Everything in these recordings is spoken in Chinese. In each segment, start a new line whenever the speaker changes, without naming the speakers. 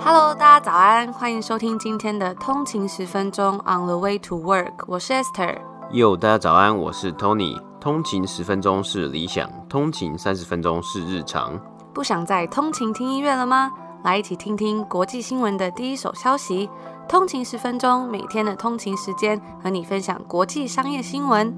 Hello， 大家早安，欢迎收听今天的通勤10分钟 On the way to work， 我是 Esther。
大家早安，我是 Tony。通勤10分钟是理想，通勤30分钟是日常。
不想再通勤听音乐了吗？来一起听听国际新闻的第一手消息。通勤10分钟，每天的通勤时间和你分享国际商业新闻。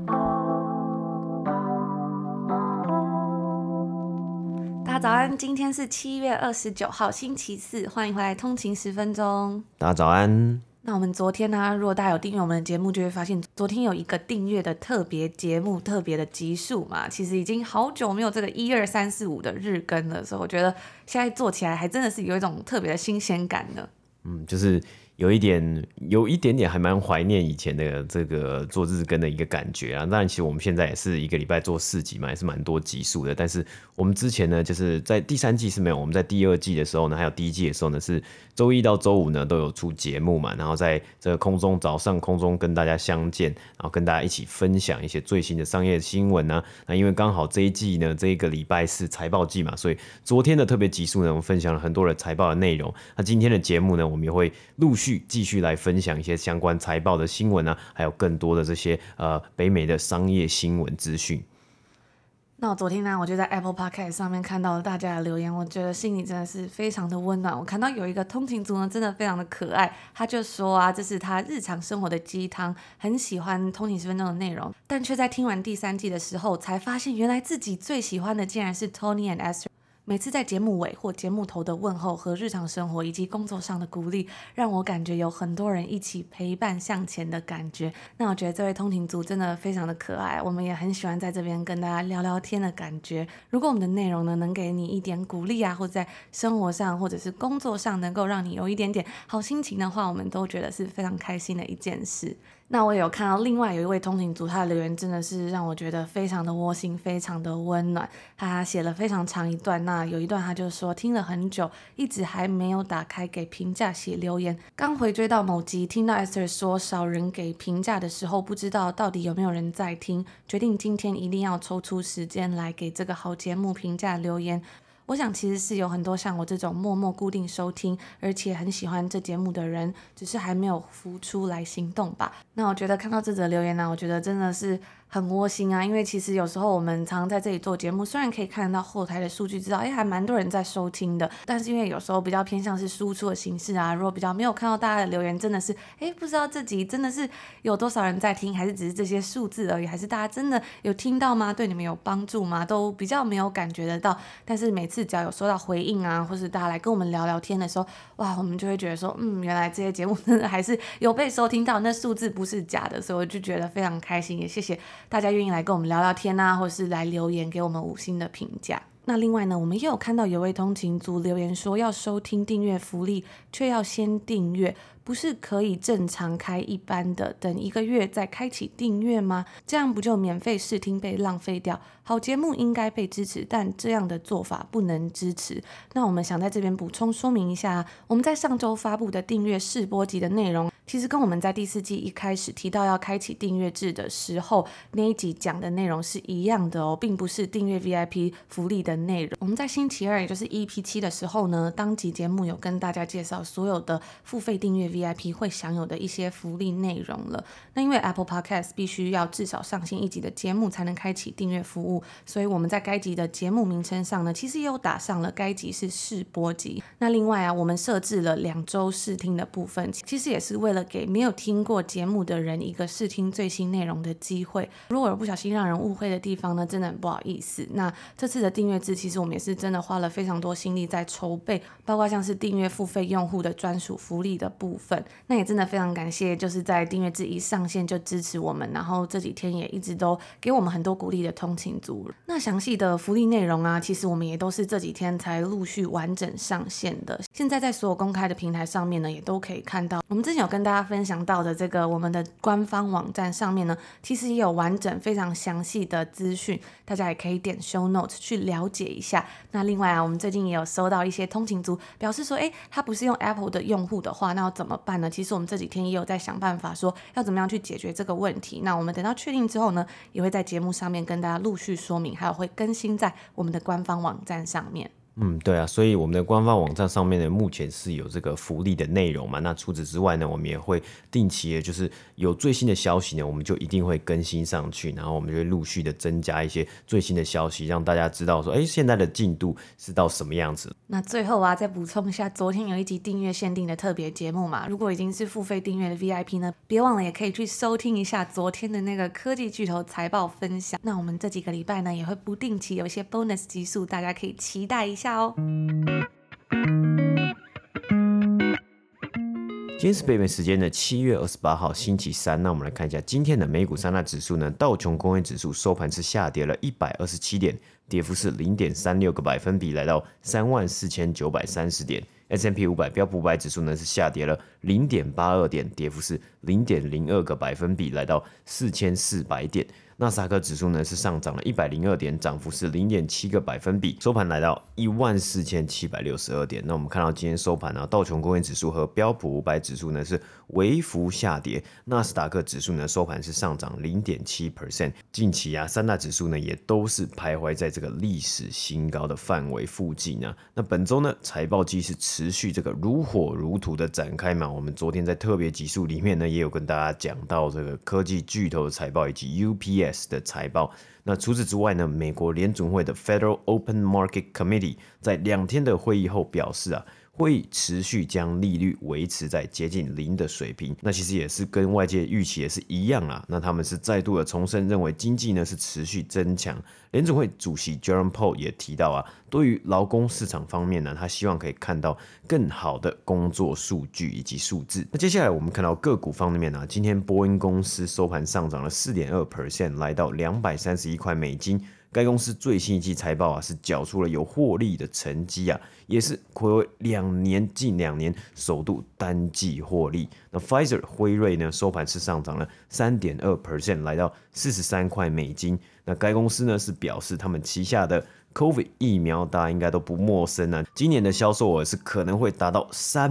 大家早安，今天是7月29号星期四，欢迎回来通勤10分钟。
大家早安。
那我们昨天呢，如果大家有订阅我们的节目，就会发现昨天有一个订阅的特别节目、特别的集数嘛。其实已经好久没有这个1、2、3、4、5的日更了，所以我觉得现在做起来还真的是有一种特别的新鲜感呢。
就是有一点点还蛮怀念以前的这个做日更的一个感觉啊。当然，其实我们现在也是一个礼拜做4集嘛，也是蛮多集数的。但是我们之前呢，就是在第3季是没有，我们在第2季的时候呢，还有第1季的时候呢，是周1到周5呢都有出节目嘛，然后在这个早上空中跟大家相见，然后跟大家一起分享一些最新的商业新闻啊。那因为刚好这一季呢，这一个礼拜是财报季嘛，所以昨天的特别集数呢，我们分享了很多的财报的内容。那今天的节目呢，我们也会陆续继续来分享一些相关财报的新闻啊，还有更多的这些北美的商业新闻资讯。
那我昨天呢，我就在 Apple Podcast 上面看到了大家的留言，我觉得心里真的是非常的温暖。我看到有一个通勤族呢，真的非常的可爱，他就说啊，这是他日常生活的鸡汤，很喜欢通勤10分钟的内容，但却在听完第3季的时候，才发现原来自己最喜欢的竟然是 Tony and Esther。每次在节目尾或节目头的问候和日常生活以及工作上的鼓励，让我感觉有很多人一起陪伴向前的感觉。那我觉得这位通勤族真的非常的可爱，我们也很喜欢在这边跟大家聊聊天的感觉。如果我们的内容呢能给你一点鼓励啊，或者在生活上或者是工作上能够让你有一点点好心情的话，我们都觉得是非常开心的一件事。那我也有看到另外有一位通勤族，他的留言真的是让我觉得非常的窝心，非常的温暖。他写了非常长一段，那有一段他就说听了很久，一直还没有打开给评价写留言。刚回追到某集，听到 Esther 说少人给评价的时候，不知道到底有没有人在听，决定今天一定要抽出时间来给这个好节目评价留言。我想其实是有很多像我这种默默固定收听而且很喜欢这节目的人，只是还没有浮出来行动吧。那我觉得看到这则留言呢，我觉得真的是很窝心啊，因为其实有时候我们常常在这里做节目，虽然可以看得到后台的数据知道还蛮多人在收听的，但是因为有时候比较偏向是输出的形式啊，如果比较没有看到大家的留言，真的是不知道这集真的是有多少人在听，还是只是这些数字而已，还是大家真的有听到吗？对你们有帮助吗？都比较没有感觉得到。但是每次只要有收到回应啊，或是大家来跟我们聊聊天的时候，哇，我们就会觉得说原来这些节目真的还是有被收听到，那数字不是假的，所以我就觉得非常开心，也谢谢大家愿意来跟我们聊聊天啊，或是来留言给我们5星的评价。那另外呢，我们也有看到有位通勤族留言说要收听订阅福利，却要先订阅，不是可以正常开一般的，等1个月再开启订阅吗？这样不就免费试听被浪费掉？好节目应该被支持，但这样的做法不能支持。那我们想在这边补充说明一下，我们在上周发布的订阅试播集的内容，其实跟我们在第4季一开始提到要开启订阅制的时候那一集讲的内容是一样的哦，并不是订阅 VIP 福利的内容。我们在星期2，也就是 EP7 的时候呢，当集节目有跟大家介绍所有的付费订阅 VIP 会享有的一些福利内容了。那因为 Apple Podcast 必须要至少上线1集的节目才能开启订阅服务，所以我们在该集的节目名称上呢，其实也有打上了该集是试播集。那另外啊，我们设置了2周试听的部分，其实也是为了给没有听过节目的人一个试听最新内容的机会。如果有不小心让人误会的地方呢，真的很不好意思。那这次的订阅制其实我们也是真的花了非常多心力在筹备，包括像是订阅付费用户的专属福利的部分。那也真的非常感谢就是在订阅制一上线就支持我们，然后这几天也一直都给我们很多鼓励的通勤族。那详细的福利内容啊，其实我们也都是这几天才陆续完整上线的，现在在所有公开的平台上面呢也都可以看到。我们之前有跟大家分享到的这个我们的官方网站上面呢，其实也有完整非常详细的资讯，大家也可以点 show notes 去了解一下。那另外啊，我们最近也有收到一些通勤族表示说他不是用 Apple 的用户的话，那要怎么办呢？其实我们这几天也有在想办法说要怎么样去解决这个问题。那我们等到确定之后呢，也会在节目上面跟大家陆续说明，还有会更新在我们的官方网站上面。
对啊，所以我们的官方网站上面呢，目前是有这个福利的内容嘛。那除此之外呢，我们也会定期的，就是有最新的消息呢，我们就一定会更新上去，然后我们就会陆续的增加一些最新的消息，让大家知道说，现在的进度是到什么样子。
那最后啊，再补充一下，昨天有一集订阅限定的特别节目嘛，如果已经是付费订阅的 VIP 呢，别忘了也可以去收听一下昨天的那个科技巨头财报分享。那我们这几个礼拜呢，也会不定期有一些 bonus 集数，大家可以期待一下哦。
今天是北美时间的7月28号星期三，那我们来看一下今天的美股三大指数呢，道琼工业指数收盘是下跌了127点，跌幅是0.36个百分比，来到34930点。S&P 500标普500指数呢是下跌了0.82点，跌幅是0.02个百分比，来到4400点。纳斯达克指数呢是上涨了102点，涨幅是0.7个百分比，收盘来到14762点。那我们看到今天收盘呢，道琼工业指数和标普500指数呢是微幅下跌，纳斯达克指数呢收盘是上涨0.7%。近期啊，三大指数呢也都是徘徊在这个历史新高的范围附近啊。那本周呢，财报季是持续这个如火如荼的展开嘛。我们昨天在特别集数里面呢，也有跟大家讲到这个科技巨头的财报以及 UPS的财报。那除此之外呢，美国联准会的 Federal Open Market Committee 在2天的会议后表示啊，会持续将利率维持在接近0的水平。那其实也是跟外界预期也是一样啊。那他们是再度的重申，认为经济呢是持续增强。联准会主席 Jerome Powell 也提到啊，对于劳工市场方面呢，他希望可以看到更好的工作数据以及数字。那接下来我们看到个股方面呢，今天波音公司收盘上涨了 4.2%， 来到231块美金。该公司最新一季财报啊，是缴出了有获利的成绩啊，也是睽违近2年首度单季获利。那 Pfizer 辉瑞呢，收盘是上涨了 3.2%， 来到43块美金。那该公司呢是表示，他们旗下的 COVID 疫苗大家应该都不陌生啊，今年的销售额是可能会达到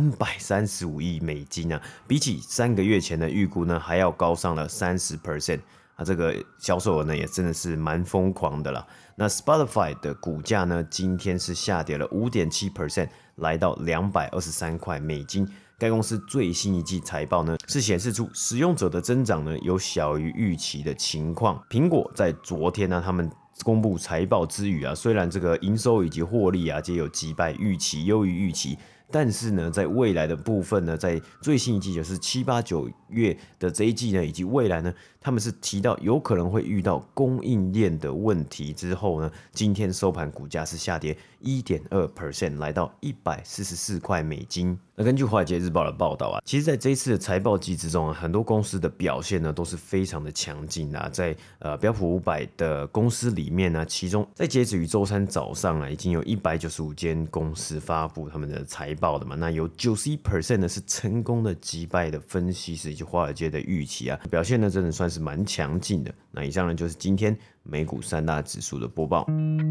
335亿美金啊，比起3个月前的预估呢，还要高上了30%。这个销售额呢也真的是蛮疯狂的啦。那 Spotify 的股价呢今天是下跌了 5.7%， 来到223块美金。该公司最新一季财报呢是显示出使用者的增长呢有小于预期的情况。苹果在昨天呢，他们公布财报之余啊，虽然这个营收以及获利啊皆有击败预期，优于预期，但是呢，在未来的部分呢，在最新一季就是7、8、9月的这一季呢，以及未来呢，他们是提到有可能会遇到供应链的问题之后呢，今天收盘股价是下跌 1.2%， 来到144块美金。那根据华尔街日报的报道啊，其实在这一次的财报季之中啊，很多公司的表现呢都是非常的强劲啊。在标普500的公司里面呢，其中在截止于周三早上啊，已经有195间公司发布他们的财报的嘛。那有 91% 呢是成功的击败的分析师以及华尔街的预期啊，表现呢真的算是蛮强劲的。那以上呢就是今天美股三大指数的播报。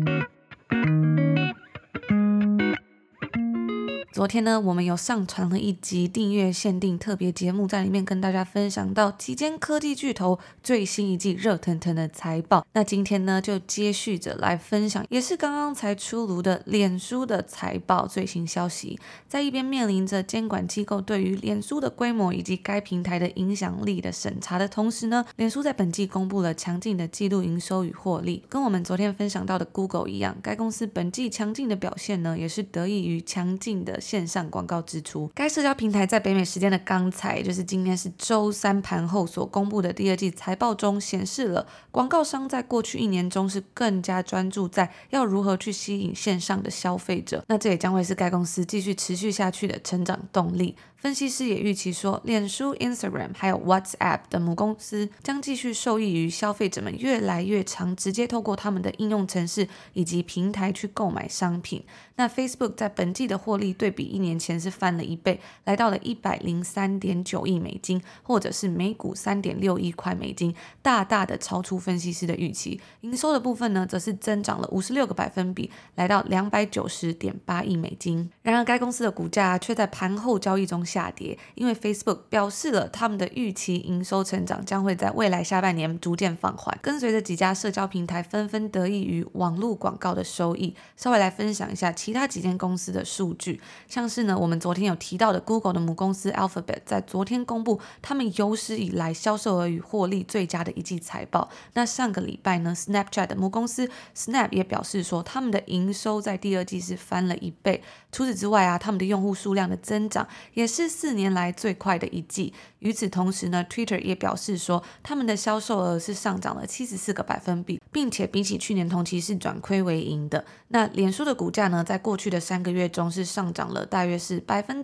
昨天呢，我们有上传了一集订阅限定特别节目，在里面跟大家分享到几间科技巨头最新一季热腾腾的财报。那今天呢，就接续着来分享，也是刚刚才出炉的脸书的财报最新消息。在一边面临着监管机构对于脸书的规模以及该平台的影响力的审查的同时呢，脸书在本季公布了强劲的季度营收与获利。跟我们昨天分享到的 Google 一样，该公司本季强劲的表现呢，也是得益于强劲的线上广告支出。该社交平台在北美时间的刚才，就是今天是周三盘后所公布的第二季财报中显示了，广告商在过去1年中是更加专注在要如何去吸引线上的消费者。那这也将会是该公司继续持续下去的成长动力。分析师也预期说，脸书、Instagram 还有 WhatsApp 的母公司将继续受益于消费者们越来越常直接透过他们的应用程式以及平台去购买商品。那 Facebook 在本季的获利对比1年前是翻了1倍，来到了103.9亿美金，或者是每股3.6亿块美金，大大的超出分析师的预期。营收的部分呢，则是增长了56个百分比，来到290.8亿美金。然而该公司的股价却在盘后交易中下跌，因为 Facebook 表示了他们的预期营收成长将会在未来下半年逐渐放缓，跟随着几家社交平台纷纷得益于网络广告的收益。稍微来分享一下其他几间公司的数据，像是呢我们昨天有提到的 Google 的母公司 Alphabet 在昨天公布他们有史以来销售额与获利最佳的一季财报。那上个礼拜呢 Snapchat 的母公司 Snap 也表示说他们的营收在第二季是翻了1倍。除此之外啊，他们的用户数量的增长也是4年来最快的一季。与此同时呢 Twitter 也表示说他们的销售额是上涨了74个百分比，并且比起去年同期是转亏为盈的。那脸书的股价呢在过去的3个月中是上涨了大约是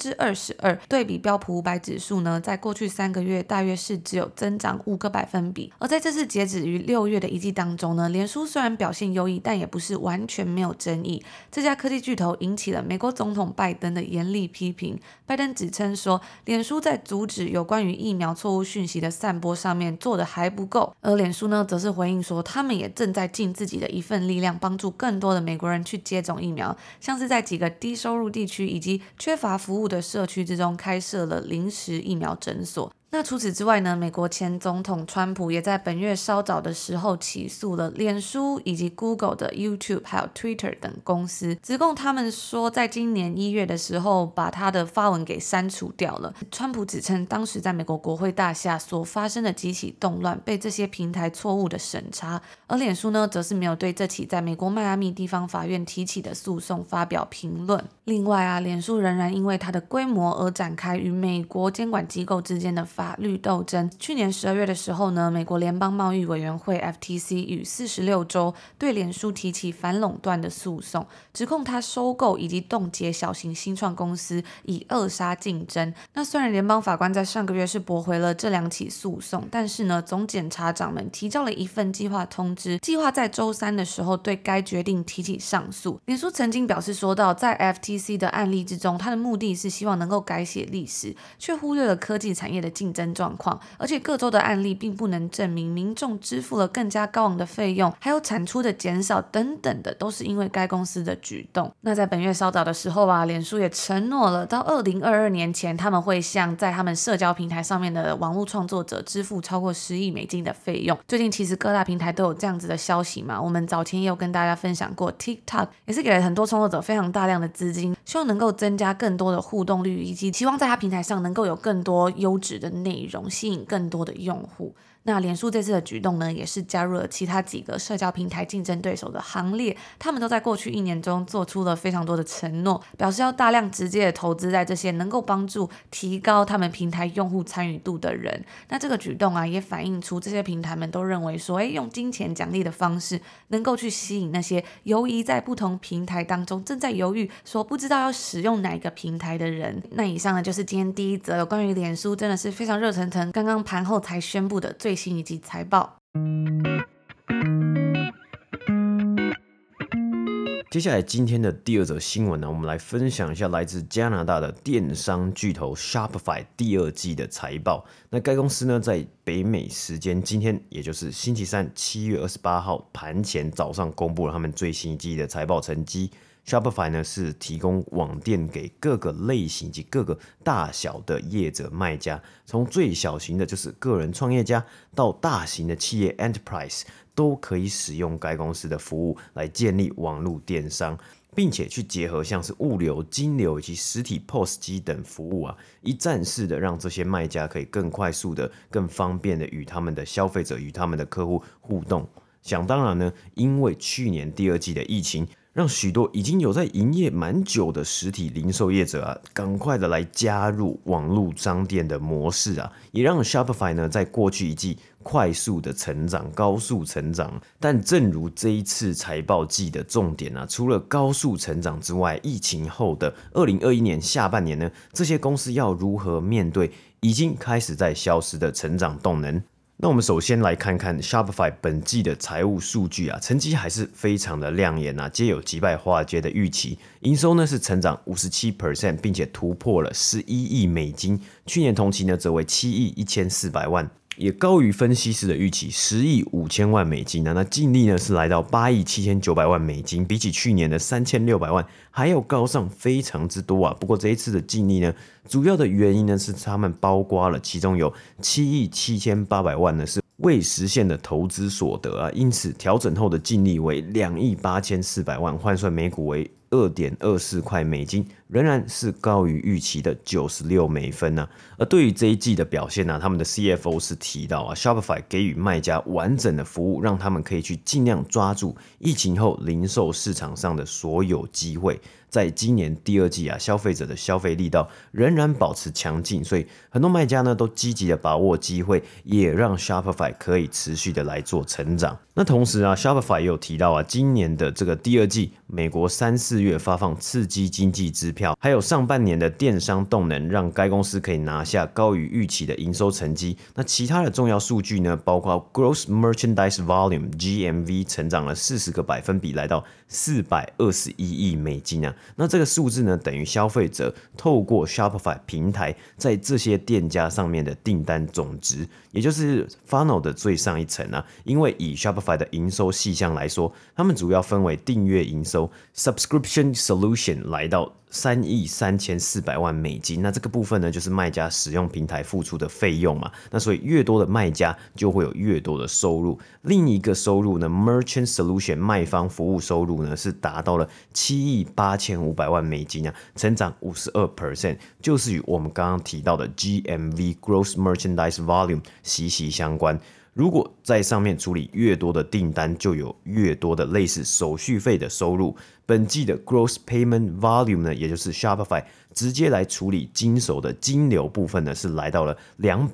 22%，对比标普500指数呢在过去3个月大约是只有增长5个百分比。而在这次截止于6月的一季当中呢，脸书虽然表现优异，但也不是完全没有争议。这家科技巨头引起了美国总统拜登的严厉批评。拜登指称说脸书在阻止有关于疫苗错误讯息的散播上面做得还不够，而脸书呢则是回应说他们也正在尽自己的一份力量，帮助更多的美国人去接种疫苗，像是在几个低收入地区以及缺乏服务的社区之中开设了临时疫苗诊所。那除此之外呢，美国前总统川普也在本月稍早的时候起诉了脸书以及 Google 的 YouTube 还有 Twitter 等公司，指控他们说在今年1月的时候把他的发文给删除掉了。川普指称当时在美国国会大厦所发生的几起动乱被这些平台错误的审查，而脸书呢则是没有对这起在美国迈阿密地方法院提起的诉讼发表评论。另外啊，脸书仍然因为它的规模而展开与美国监管机构之间的法律斗争。去年12月的时候呢，美国联邦贸易委员会 FTC 与46州对脸书提起反垄断的诉讼，指控它收购以及冻结小型新创公司，以扼杀竞争。那虽然联邦法官在上个月是驳回了这2起诉讼，但是呢，总检察长们提交了一份计划通知，计划在周3的时候对该决定提起上诉。脸书曾经表示说到，在 FTC 的案例之中，它的目的是希望能够改写历史，却忽略了科技产业的竞争状况，而且各州的案例并不能证明民众支付了更加高昂的费用，还有产出的减少等等的，都是因为该公司的举动。那在本月稍早的时候啊，脸书也承诺了到2022年前，他们会向在他们社交平台上面的网络创作者支付超过10亿美金的费用。最近其实各大平台都有这样子的消息嘛，我们早前也有跟大家分享过 TikTok 也是给了很多创作者非常大量的资金，希望能够增加更多的互动率，以及期望在他平台上能够有更多优质的内容，吸引更多的用户。那脸书这次的举动呢，也是加入了其他几个社交平台竞争对手的行列，他们都在过去1年中做出了非常多的承诺，表示要大量直接的投资在这些能够帮助提高他们平台用户参与度的人。那这个举动啊，也反映出这些平台们都认为说，用金钱奖励的方式能够去吸引那些游移在不同平台当中正在犹豫说不知道要使用哪一个平台的人。那以上呢就是今天第一则有关于脸书真的是非常热腾腾，刚刚盘后才宣布的最新一季财报。
接下来今天的第2则新闻呢，我们来分享一下来自加拿大的电商巨头 Shopify 第2季的财报。那该公司呢，在北美时间今天，也就是星期三7月28号盘前早上公布了他们最新一季的财报成绩。Shopify 呢是提供网店给各个类型及各个大小的业者卖家，从最小型的就是个人创业家，到大型的企业 Enterprise 都可以使用该公司的服务来建立网络电商，并且去结合像是物流、金流以及实体 POS 机等服务啊，一站式的让这些卖家可以更快速的、更方便的与他们的消费者、与他们的客户互动。想当然呢，因为去年第2季的疫情，让许多已经有在营业蛮久的实体零售业者啊，赶快的来加入网络商店的模式啊，也让 Shopify 呢在过去一季快速的成长，高速成长。但正如这一次财报季的重点啊，除了高速成长之外，疫情后的2021年下半年呢，这些公司要如何面对已经开始在消失的成长动能？那我们首先来看看 Shopify 本季的财务数据啊，成绩还是非常的亮眼啊，皆有击败华尔街的预期。营收呢是成长 57%， 并且突破了11亿美金，去年同期呢则为7亿1400万。 也高于分析师的预期，10亿5千万美金啊，那净利呢是来到8亿7900万美金，比起去年的3600万还要高上非常之多啊。不过这一次的净利呢，主要的原因呢是他们包括了其中有7亿7800万呢是未实现的投资所得啊，因此调整后的净利为2亿8400万，换算每股为2.24块美金，仍然是高于预期的96美分啊。而对于这一季的表现呢，他们的 CFO 是提到啊 ，Shopify 给予卖家完整的服务，让他们可以去尽量抓住疫情后零售市场上的所有机会。在今年第二季啊，消费者的消费力道仍然保持强劲，所以很多卖家呢都积极的把握机会，也让 Shopify 可以持续的来做成长。那同时啊 ，Shopify 也有提到啊，今年的这个第二季，美国3、4月发放刺激经济支票，还有上半年的电商动能，让该公司可以拿下高于预期的营收成绩。那其他的重要数据呢，包括 Gross Merchandise Volume (GMV) 成长了40个百分比，来到421亿美金啊。那这个数字呢，等于消费者透过 Shopify 平台在这些店家上面的订单总值，也就是 funnel 的最上一层啊。因为以 Shopify 的营收细项来说，他们主要分为订阅营收 Subscription Solution 来到3亿3400万美金，那这个部分呢，就是卖家使用平台付出的费用嘛，那所以越多的卖家就会有越多的收入。另一个收入呢 ，Merchant Solution 卖方服务收入呢是达到了7亿8500万美金啊，成长52%，就是与我们刚刚提到的 GMV (Gross Merchandise Volume) 息息相关。如果在上面处理越多的订单，就有越多的类似手续费的收入。本季的 Gross Payment Volume 呢，也就是 Shopify 直接来处理经手的金流部分呢，是来到了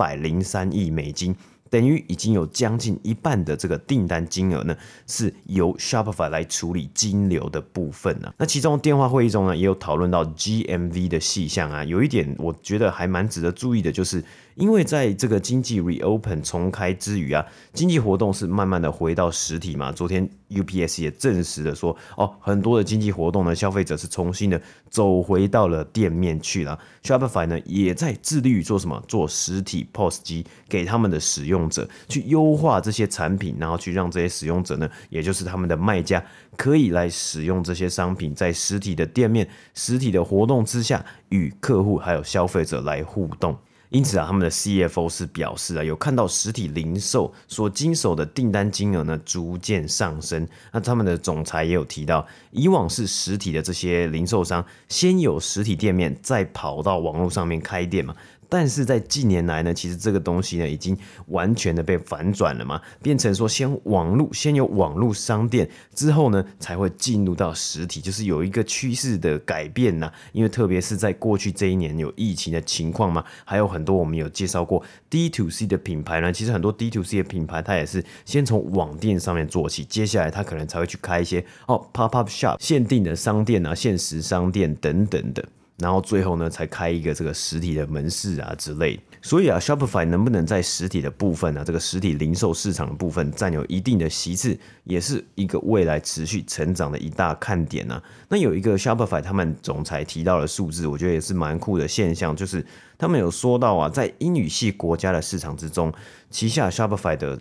203亿美金。等于已经有将近一半的这个订单金额呢，是由 Shopify 来处理金流的部分啊。那其中电话会议中呢，也有讨论到 GMV 的细项啊。有一点我觉得还蛮值得注意的，就是因为在这个经济 reopen 重开之余啊，经济活动是慢慢的回到实体嘛。昨天 UPS 也证实了说，很多的经济活动呢，消费者是重新的走回到了店面去了。Shopify 呢也在致力于做什么？做实体 POS 机给他们的使用者，去优化这些产品，然后去让这些使用者呢，也就是他们的卖家，可以来使用这些商品，在实体的店面、实体的活动之下，与客户还有消费者来互动。因此啊，他们的 CFO 是表示啊，有看到实体零售所经手的订单金额呢逐渐上升。那他们的总裁也有提到，以往是实体的这些零售商先有实体店面，再跑到网络上面开店嘛。但是在近年来呢，其实这个东西呢已经完全的被反转了嘛，变成说先有网络商店，之后呢才会进入到实体，就是有一个趋势的改变呐。因为特别是在过去这一年有疫情的情况嘛，还有很多我们有介绍过 D2C 的品牌呢，其实很多 D2C 的品牌它也是先从网店上面做起，接下来它可能才会去开一些pop-up shop 限定的商店啊、限时商店等等的。然后最后呢，才开一个这个实体的门市啊之类的。所以啊 ，Shopify 能不能在实体的部分啊，这个实体零售市场的部分占有一定的席次，也是一个未来持续成长的一大看点啊。那有一个 Shopify 他们总裁提到的数字，我觉得也是蛮酷的现象，就是他们有说到啊，在英语系国家的市场之中，旗下 Shopify 的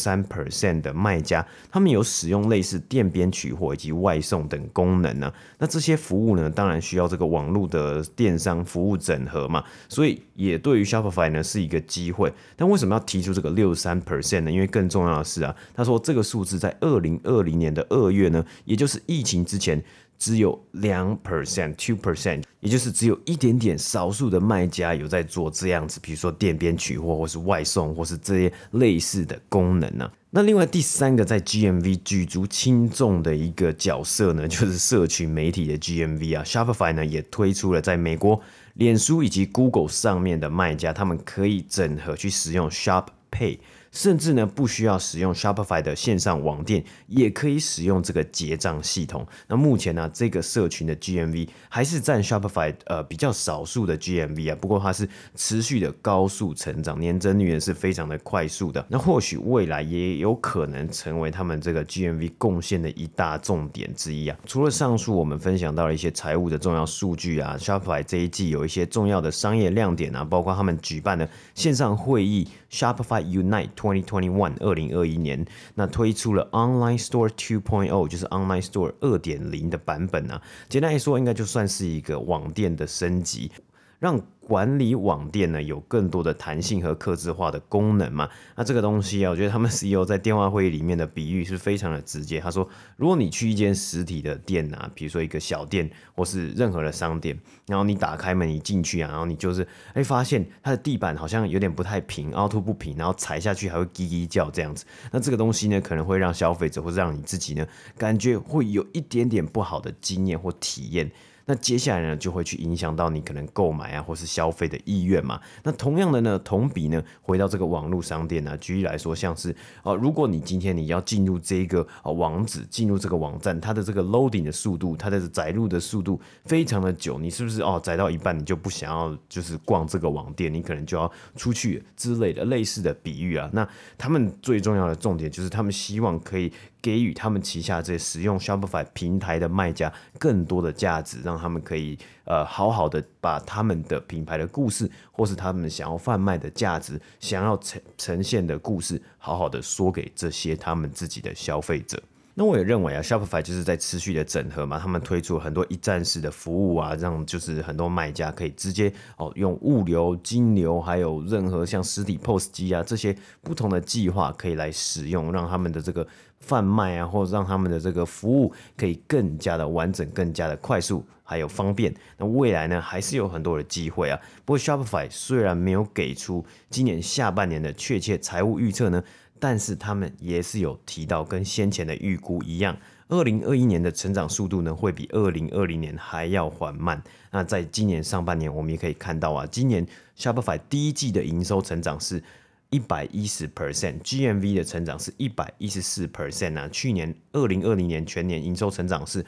63% 的卖家，他们有使用类似店边取货以及外送等功能啊。那这些服务呢，当然需要这个网络的电商服务整合嘛，所以也对于 Shopify 呢是一个机会。但为什么要提出这个63% 呢？因为更重要的是啊，他说这个数字在2020年的2月呢，也就是疫情之前，只有2%，也就是只有一点点少数的卖家有在做这样子，比如说店边取货或是外送或是这些类似的功能啊。那另外第三个在 GMV 举足轻重的一个角色呢，就是社群媒体的 GMV 啊。Shopify 呢也推出了在美国脸书以及 Google 上面的卖家，他们可以整合去使用 Shop Pay。 甚至呢不需要使用 Shopify 的线上网店，也可以使用这个结账系统。那目前呢，这个社群的 GMV 还是占 Shopify 比较少数的 GMV 啊，不过它是持续的高速成长，年增率呢是非常的快速的。那或许未来也有可能成为他们这个 GMV 贡献的一大重点之一啊。除了上述我们分享到了一些财务的重要数据啊 ，Shopify 这一季有一些重要的商业亮点啊，包括他们举办的线上会议 Shopify Unite 2021 2021年，那推出了 Online Store 2.0， 就是 Online Store 2.0 的版本啊。简单来说，应该就算是一个网店的升级，让管理网店呢有更多的弹性和客制化的功能嘛。那这个东西啊，我觉得他们 CEO 在电话会议里面的比喻是非常的直接。他说，如果你去一间实体的店啊，比如说一个小店或是任何的商店，然后你打开门，你进去啊，然后你就是发现它的地板好像有点不太平，凹凸不平，然后踩下去还会叽叽叫这样子。那这个东西呢，可能会让消费者或是让你自己呢，感觉会有一点点不好的经验或体验。那接下来呢，就会去影响到你可能购买啊，或是消费的意愿嘛。那同样的呢，同比呢，回到这个网络商店啊，举例来说，像是如果你今天你要进入这个网址，进入这个网站，它的这个 loading 的速度，它的载入的速度非常的久，你是不是载到一半你就不想要就是逛这个网店，你可能就要出去之类的类似的比喻啊。那他们最重要的重点就是他们希望可以给予他们旗下这些使用 Shopify 平台的卖家更多的价值，让他们可以好好的把他们的品牌的故事，或是他们想要贩卖的价值，想要呈现的故事，好好的说给这些他们自己的消费者。那我也认为啊 ，Shopify 就是在持续的整合嘛，他们推出了很多一站式的服务啊，让就是很多卖家可以直接用物流、金流，还有任何像实体 POS 机啊这些不同的计划可以来使用，让他们的这个贩卖啊，或者让他们的这个服务可以更加的完整、更加的快速，还有方便。那未来呢，还是有很多的机会啊。不过 Shopify 虽然没有给出今年下半年的确切财务预测呢，但是他们也是有提到，跟先前的预估一样，2021年的成长速度呢，会比2020年还要缓慢。那在今年上半年，我们也可以看到啊，今年 Shopify 第一季的营收成长是110%，GMV 的成长是114%啊。去年2020年全年营收成长是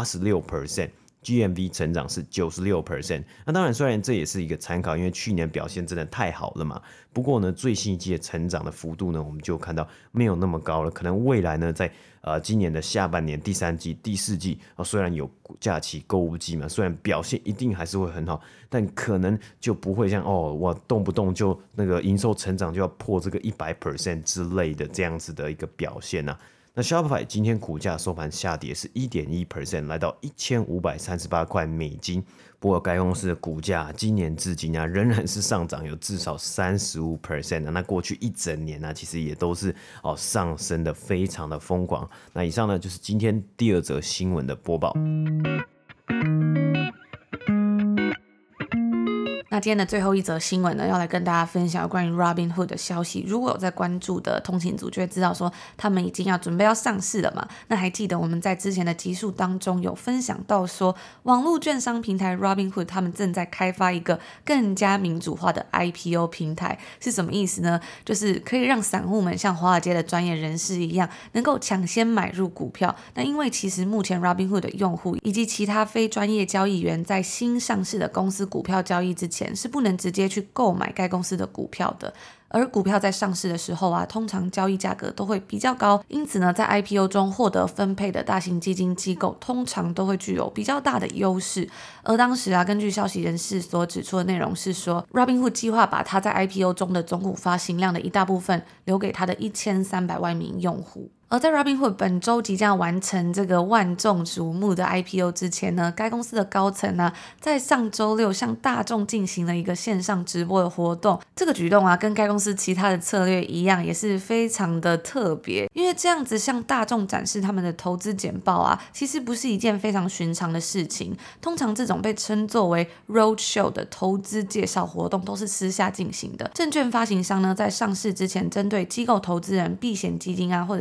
86%。GMV 成长是96%，那当然，虽然这也是一个参考，因为去年表现真的太好了嘛。不过呢，最新一季的成长的幅度呢，我们就看到没有那么高了。可能未来呢，在今年的下半年、第3季、第4季虽然有假期、购物季嘛，虽然表现一定还是会很好，但可能就不会像我动不动就那个营收成长就要破这个100% 之类的这样子的一个表现啊。那 Shopify 今天股价收盘下跌是 1.1%， 来到1538块美金。不过该公司的股价今年至今啊，仍然是上涨有至少35%那过去一整年啊，其实也都是上升的非常的疯狂。那以上呢，就是今天第2则新闻的播报。
那今天的最后一则新闻呢，要来跟大家分享关于 Robinhood 的消息。如果有在关注的通勤族就会知道说，他们已经准备要上市了嘛。那还记得我们在之前的集数当中有分享到说，网络券商平台 Robinhood 他们正在开发一个更加民主化的 IPO 平台。是什么意思呢？就是可以让散户们像华尔街的专业人士一样，能够抢先买入股票。那因为其实目前 Robinhood 的用户以及其他非专业交易员在新上市的公司股票交易之前是不能直接去购买该公司的股票的。而股票在上市的时候啊，通常交易价格都会比较高，因此呢，在 IPO 中获得分配的大型基金机构通常都会具有比较大的优势。而当时啊，根据消息人士所指出的内容是说 ，Robinhood 计划把他在 IPO 中的总股发行量的一大部分留给他的1300万名用户。而在 Robinhood 本周即将完成这个万众瞩目的 IPO 之前呢，该公司的高层呢，在上周六向大众进行了一个线上直播的活动。这个举动啊，跟该公司其他的策略一样，也是非常的特别。因为这样子向大众展示他们的投资简报啊，其实不是一件非常寻常的事情。通常这种被称作为 roadshow 的投资介绍活动都是私下进行的。证券发行商呢，在上市之前，针对机构投资人、避险基金啊，或者是一些银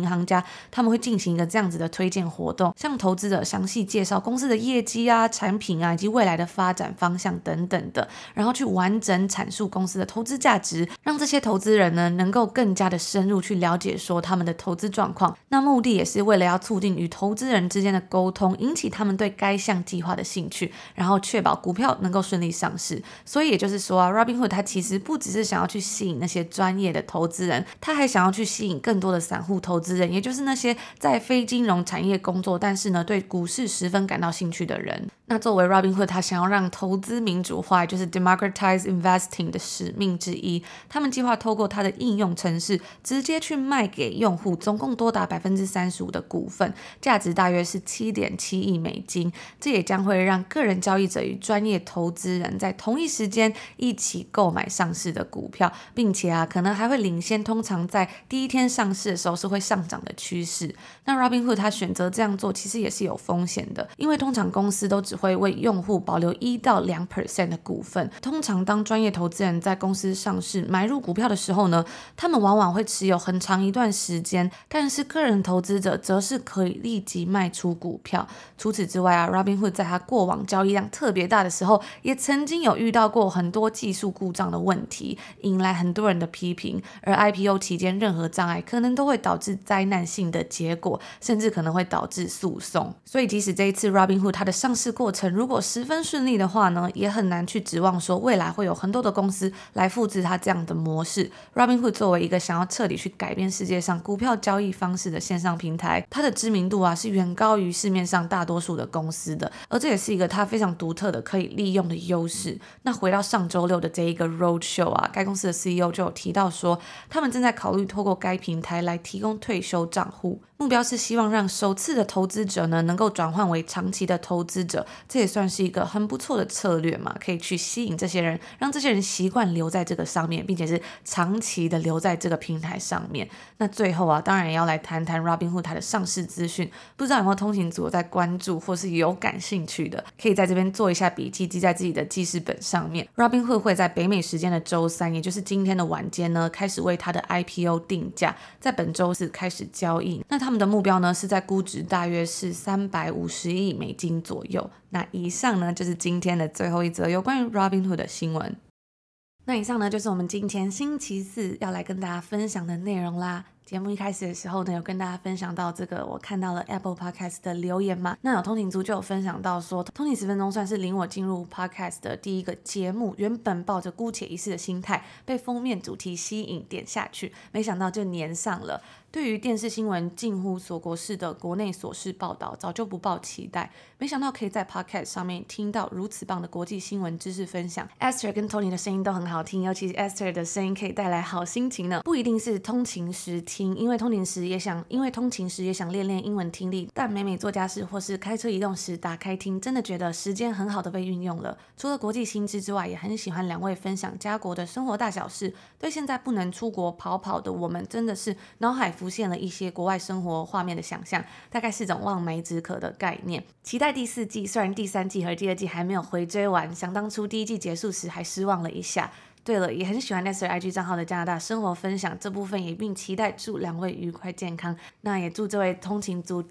银行家，他们会进行一个这样子的推荐活动，向投资者详细介绍公司的业绩啊、产品啊以及未来的发展方向等等的，然后去完整阐述公司的投资价值，让这些投资人呢能够更加的深入去了解说他们的投资状况。那目的也是为了要促进与投资人之间的沟通，引起他们对该项计划的兴趣，然后确保股票能够顺利上市。所以也就是说啊 Robinhood 他其实不只是想要去吸引那些专业的投资人，他还想要去吸引更多的散户投资人，也就是那些在非金融产业工作，但是呢对股市十分感到兴趣的人。那作为 Robinhood 他想要让投资民主化，也就是 democratize investing 的使命之一，他们计划透过他的应用程式直接去卖给用户总共多达 35% 的股份，价值大约是 7.7 亿美金。这也将会让个人交易者与专业投资人在同一时间一起购买上市的股票，并且可能还会领先通常在第一天上市的时候是会上涨的趋势。那 Robinhood 他选择这样做其实也是有风险的，因为通常公司都只会为用户保留1到2% 的股份。通常当专业投资人在公司上市买入股票的时候呢，他们往往会持有很长一段时间，但是个人投资者则是可以立即卖出股票。除此之外Robinhood 在他过往交易量特别大的时候，也曾经有遇到过很多技术故障的问题，引来很多人的批评。而 IPO 期间任何障碍可能都会导致灾难性的结果，甚至可能会导致诉讼。所以即使这一次 Robinhood 它的上市过程如果十分顺利的话呢，也很难去指望说未来会有很多的公司来复制它这样的模式。Robinhood 作为一个想要彻底去改变世界上股票交易方式的线上平台，它的知名度是远高于市面上大多数的公司的，而这也是一个它非常独特的可以利用的优势。那回到上周六的这一个 Roadshow 该公司的 CEO 就有提到说，他们正在考虑透过该平台来提供退休账户，目标是希望让首次的投资者呢能够转换为长期的投资者，这也算是一个很不错的策略嘛，可以去吸引这些人，让这些人习惯留在这个上面，并且是长期的留在这个平台上面。那最后当然也要来谈谈 Robinhood 它的上市资讯，不知道有没有通勤族有在关注或是有感兴趣的，可以在这边做一下笔记，记在自己的记事本上面。 Robinhood 会在北美时间的周三，也就是今天的晚间呢，开始为它的 IPO 定价，在本周四开始交易。那他们的目标呢是在估值大约是350亿美金左右。那以上呢就是今天的最后一则有关于 Robinhood 的新闻。那以上呢就是我们今天星期四要来跟大家分享的内容啦。节目一开始的时候呢，有跟大家分享到这个我看到了 Apple Podcast 的留言嘛，那有通勤族就有分享到说，通勤10分钟算是领我进入 Podcast 的第一个节目，原本抱着姑且一试的心态，被封面主题吸引点下去，没想到就黏上了。对于电视新闻近乎锁国式的国内琐事报道，早就不抱期待，没想到可以在 Podcast 上面听到如此棒的国际新闻知识分享。 Esther 跟 Tony 的声音都很好听，尤其是 Esther 的声音可以带来好心情呢。不一定是通勤时听，因为通勤时也想练练英文听力，但每每做家事或是开车移动时打开听，真的觉得时间很好的被运用了。除了国际新知之外，也很喜欢两位分享家国的生活大小事，对现在不能出国跑的我们，真的是脑海浮现了一些国外生活画面的想象，大概是种望梅止渴的概念。期待第4季，虽然第3季和第2季还没有回追完，想当初第1季结束时还失望了一下。对了，也很喜欢 Esther IG 账号的加拿大生活分享这部分，也并期待祝两位愉快健康。那也祝这位通勤族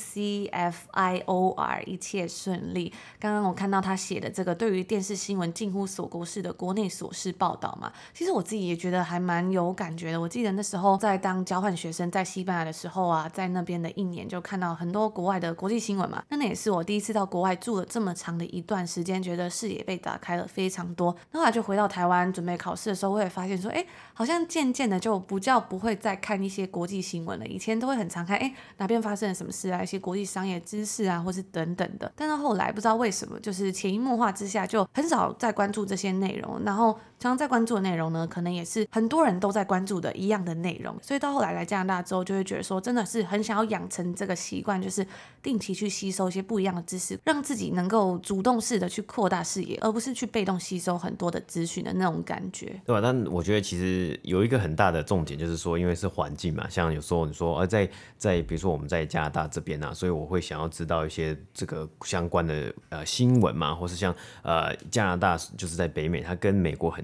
TCFIOR 一切顺利。刚刚我看到他写的这个对于电视新闻近乎锁国式的国内琐事报道嘛，其实我自己也觉得还蛮有感觉的。我记得那时候在当交换学生在西班牙的时候在那边的1年就看到很多国外的国际新闻嘛，那也是我第一次到国外住了这么长的一段时间，觉得视野被打开了非常多。那后来就回到台湾准备考试的时候，我也发现说好像渐渐的就不会再看一些国际新闻了。以前都会很常看哪边发生了什么事一些国际商业知识或是等等的，但是后来不知道为什么就是潜移默化之下就很少再关注这些内容，然后常常在关注的内容呢可能也是很多人都在关注的一样的内容，所以到后来来加拿大之后就会觉得说真的是很想要养成这个习惯，就是定期去吸收一些不一样的知识，让自己能够主动式的去扩大视野，而不是去被动吸收很多的资讯的那种感觉。
对吧？但我觉得其实有一个很大的重点，就是说，因为是环境嘛，像有时候你说，在比如说我们在加拿大这边所以我会想要知道一些这个相关的新闻嘛，或是像加拿大就是在北美，它跟美国很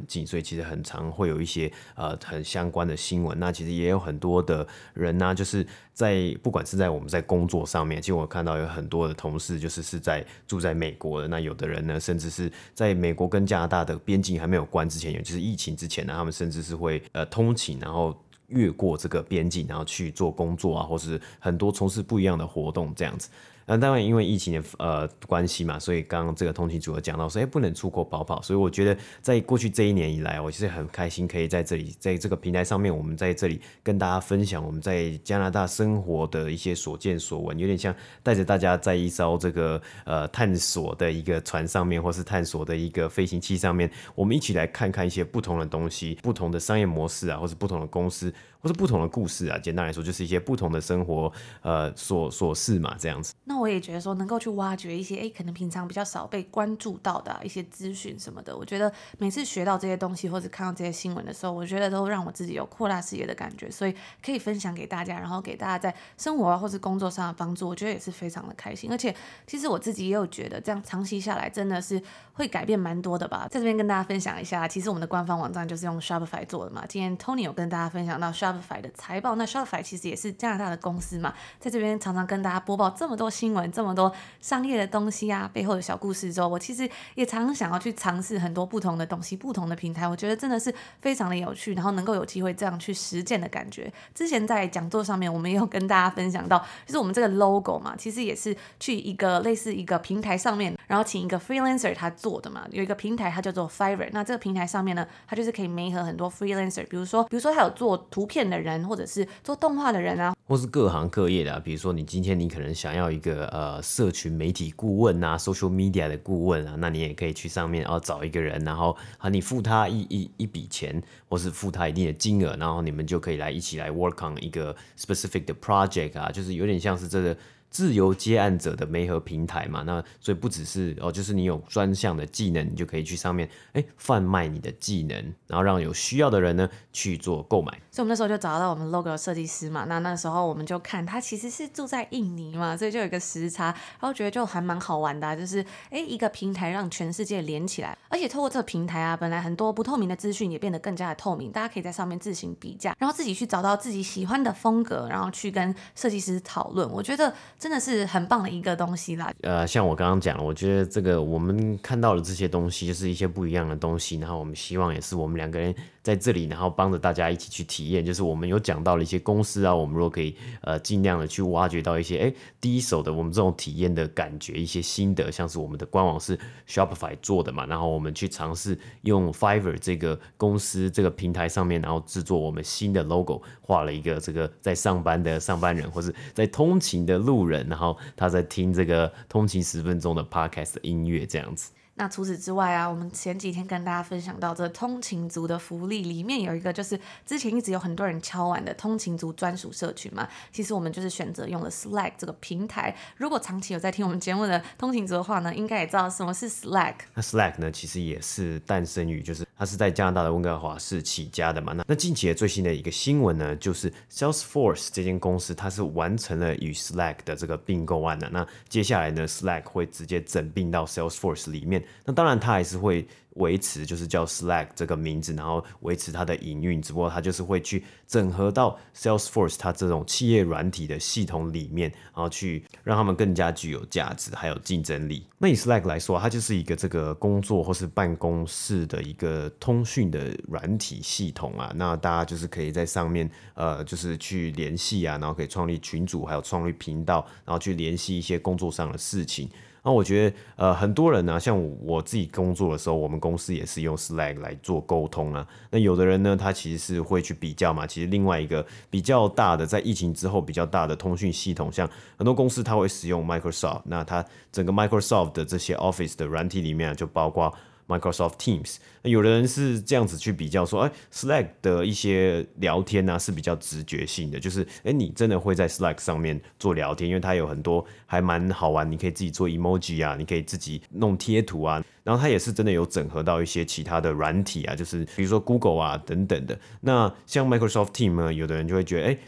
境，所以其实很常会有一些很相关的新闻。那其实也有很多的人呢、就是不管是在我们在工作上面，其实我看到有很多的同事是住在美国的，那有的人呢，甚至是在美国跟加拿大的边境还没有关之前，也就是疫情之前呢，他们甚至是会通勤，然后越过这个边境，然后去做工作啊，或是很多从事不一样的活动这样子。那当然，因为疫情的关系嘛，所以刚刚这个通勤组有讲到说，不能出国跑跑，所以我觉得在过去这1年以来，我其实很开心可以在这里，在这个平台上面，我们在这里跟大家分享我们在加拿大生活的一些所见所闻，有点像带着大家在一艘这个探索的一个船上面，或是探索的一个飞行器上面，我们一起来看看一些不同的东西，不同的商业模式啊，或是不同的公司，或是不同的故事啊。简单来说，就是一些不同的生活琐事嘛，这样子。
那我也觉得说，能够去挖掘一些可能平常比较少被关注到的一些资讯什么的，我觉得每次学到这些东西或者看到这些新闻的时候，我觉得都让我自己有扩大视野的感觉，所以可以分享给大家，然后给大家在生活啊或是工作上的帮助，我觉得也是非常的开心。而且其实我自己也有觉得，这样长期下来真的是会改变蛮多的吧。在这边跟大家分享一下，其实我们的官方网站就是用 Shopify 做的嘛。今天 Tony 有跟大家分享到 Shopify 的财报，那 Shopify 其实也是加拿大的公司嘛，在这边常常跟大家播报这么多新闻，这么多商业的东西啊，背后的小故事之后，我其实也常常想要去尝试很多不同的东西，不同的平台，我觉得真的是非常的有趣，然后能够有机会这样去实践的感觉。之前在讲座上面，我们也有跟大家分享到，就是我们这个 logo 嘛，其实也是去一个类似一个平台上面，然后请一个 freelancer 他做的嘛，有一个平台它叫做 Fiverr， 那这个平台上面呢，它就是可以媒合很多 freelancer， 比如说他有做图片的人，或者是做动画的人啊，
或是各行各业的啊，比如说今天你可能想要一个社群媒体顾问啊 ，social media 的顾问啊，那你也可以去上面找一个人，然后你付他一笔钱，或是付他一定的金额，然后你们就可以一起来 work on 一个 specific 的 project 啊，就是有点像是这个自由接案者的媒合平台嘛。那所以不只是就是你有专项的技能，你就可以去上面贩卖你的技能，然后让有需要的人呢去做购买。
所以我们那时候就找到我们 logo 的设计师嘛，那时候我们就看他其实是住在印尼嘛，所以就有一个时差，然后觉得就还蛮好玩的啊，就是一个平台让全世界连起来，而且透过这个平台啊，本来很多不透明的资讯也变得更加的透明，大家可以在上面自行比价，然后自己去找到自己喜欢的风格，然后去跟设计师讨论，我觉得真的是很棒的一个东西啦。
像我刚刚讲了，我觉得这个我们看到的这些东西就是一些不一样的东西，然后我们希望也是我们2个人在这里，然后帮着大家一起去体验，就是我们有讲到了一些公司啊，我们如果可以尽量的去挖掘到一些第一手的我们这种体验的感觉，一些心得，像是我们的官网是 Shopify 做的嘛，然后我们去尝试用 Fiverr 这个公司这个平台上面，然后制作我们新的 logo， 画了一个这个在上班的上班人，或是在通勤的路人，然后他在听这个通勤10分钟的 podcast 的音乐这样子。
那除此之外啊，我们前几天跟大家分享到这通勤族的福利里面有一个就是之前一直有很多人敲碗的通勤族专属社群嘛，其实我们就是选择用了 Slack 这个平台。如果长期有在听我们节目的通勤族的话呢，应该也知道什么是 Slack。
那 Slack 呢，其实也是诞生于就是它是在加拿大的温哥华市起家的嘛。那近期的最新的一个新闻呢，就是 Salesforce 这间公司它是完成了与 Slack 的这个并购案的。那接下来呢 ，Slack 会直接整并到 Salesforce 里面。那当然，它还是会维持就是叫 Slack 这个名字，然后维持它的营运，只不过它就是会去整合到 Salesforce 它这种企业软体的系统里面，然后去让他们更加具有价值还有竞争力。那以 Slack 来说，它就是一个这个工作或是办公室的一个通讯的软体系统啊。那大家就是可以在上面就是去联系啊，然后可以创立群组，还有创立频道，然后去联系一些工作上的事情。那我觉得很多人呢，像我自己工作的时候，我们公司也是用 Slack 来做沟通啊。那有的人呢，他其实是会去比较嘛。其实另外一个比较大的，在疫情之后比较大的通讯系统，像很多公司它会使用 Microsoft， 那它整个 Microsoft 的这些 Office 的软体里面就包括Microsoft Teams， 有的人是这样子去比较说，Slack 的一些聊天啊是比较直觉性的，就是你真的会在 Slack 上面做聊天，因为它有很多还蛮好玩，你可以自己做 emoji 啊，你可以自己弄贴图啊，然后它也是真的有整合到一些其他的软体啊，就是比如说 Google 啊等等的。那像 Microsoft Teams 呢，有的人就会觉得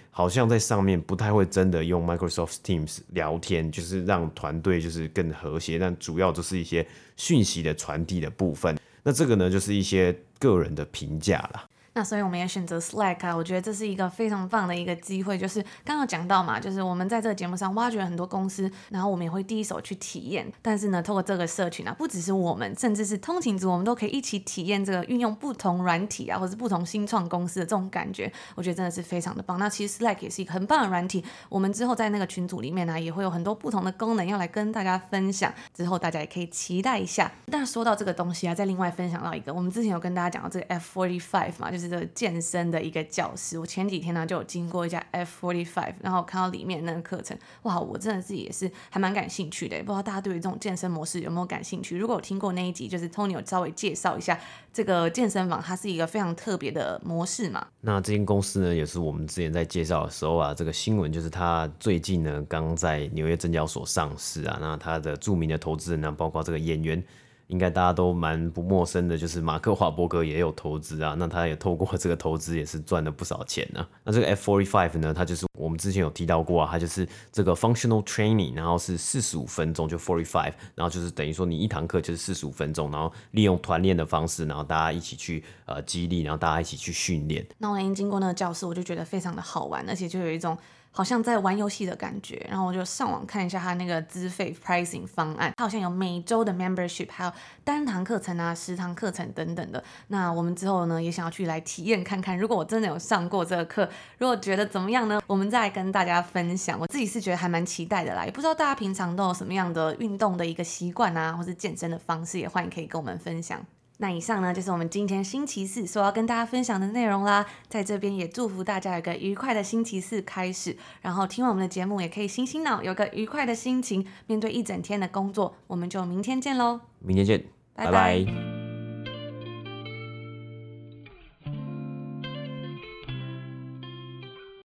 好像在上面不太会真的用 Microsoft Teams 聊天，就是让团队就是更和谐，但主要就是一些讯息的传递的部分。那这个呢，就是一些个人的评价啦。
那所以我们也选择 Slack 啊，我觉得这是一个非常棒的一个机会，就是刚刚讲到嘛，就是我们在这个节目上挖掘了很多公司，然后我们也会第一手去体验。但是呢，透过这个社群啊，不只是我们，甚至是通勤族，我们都可以一起体验这个运用不同软体啊，或是不同新创公司的这种感觉，我觉得真的是非常的棒。那其实 Slack 也是一个很棒的软体，我们之后在那个群组里面呢、也会有很多不同的功能要来跟大家分享，之后大家也可以期待一下。但说到这个东西啊，再另外分享到一个，我们之前有跟大家讲到这个 F45 嘛，就是这个健身的一个教室。我前几天呢就有经过一家 F45， 然后看到里面那个课程，哇，我真的自己也是还蛮感兴趣的。不知道大家对于这种健身模式有没有感兴趣？如果有听过那一集，就是 Tony 有稍微介绍一下这个健身房，它是一个非常特别的模式嘛。
那这间公司呢，也是我们之前在介绍的时候啊，这个新闻就是它最近呢刚在纽约证交所上市啊。那它的著名的投资人呢，包括这个演员，应该大家都蛮不陌生的，就是马克华伯格也有投资啊。那他也透过这个投资也是赚了不少钱啊。那这个 F45 呢，它就是我们之前有提到过啊，它就是这个 functional training， 然后是45分钟就 45， 然后就是等于说你一堂课就是45分钟，然后利用团练的方式，然后大家一起去激励，然后大家一起去训练。
那我已经经过那个教室，我就觉得非常的好玩，而且就有一种好像在玩游戏的感觉。然后我就上网看一下它那个资费 pricing 方案，它好像有每周的 membership， 还有单堂课程啊、10堂课程等等的。那我们之后呢也想要去来体验看看，如果我真的有上过这个课，如果觉得怎么样呢，我们再来跟大家分享。我自己是觉得还蛮期待的啦，也不知道大家平常都有什么样的运动的一个习惯啊，或是健身的方式，也欢迎可以跟我们分享。那以上呢就是我们今天星期四所要跟大家分享的内容啦，在这边也祝福大家有个愉快的星期四开始，然后听完我们的节目也可以醒醒脑，有个愉快的心情，面对一整天的工作，我们就明天见咯。
明天见，拜拜。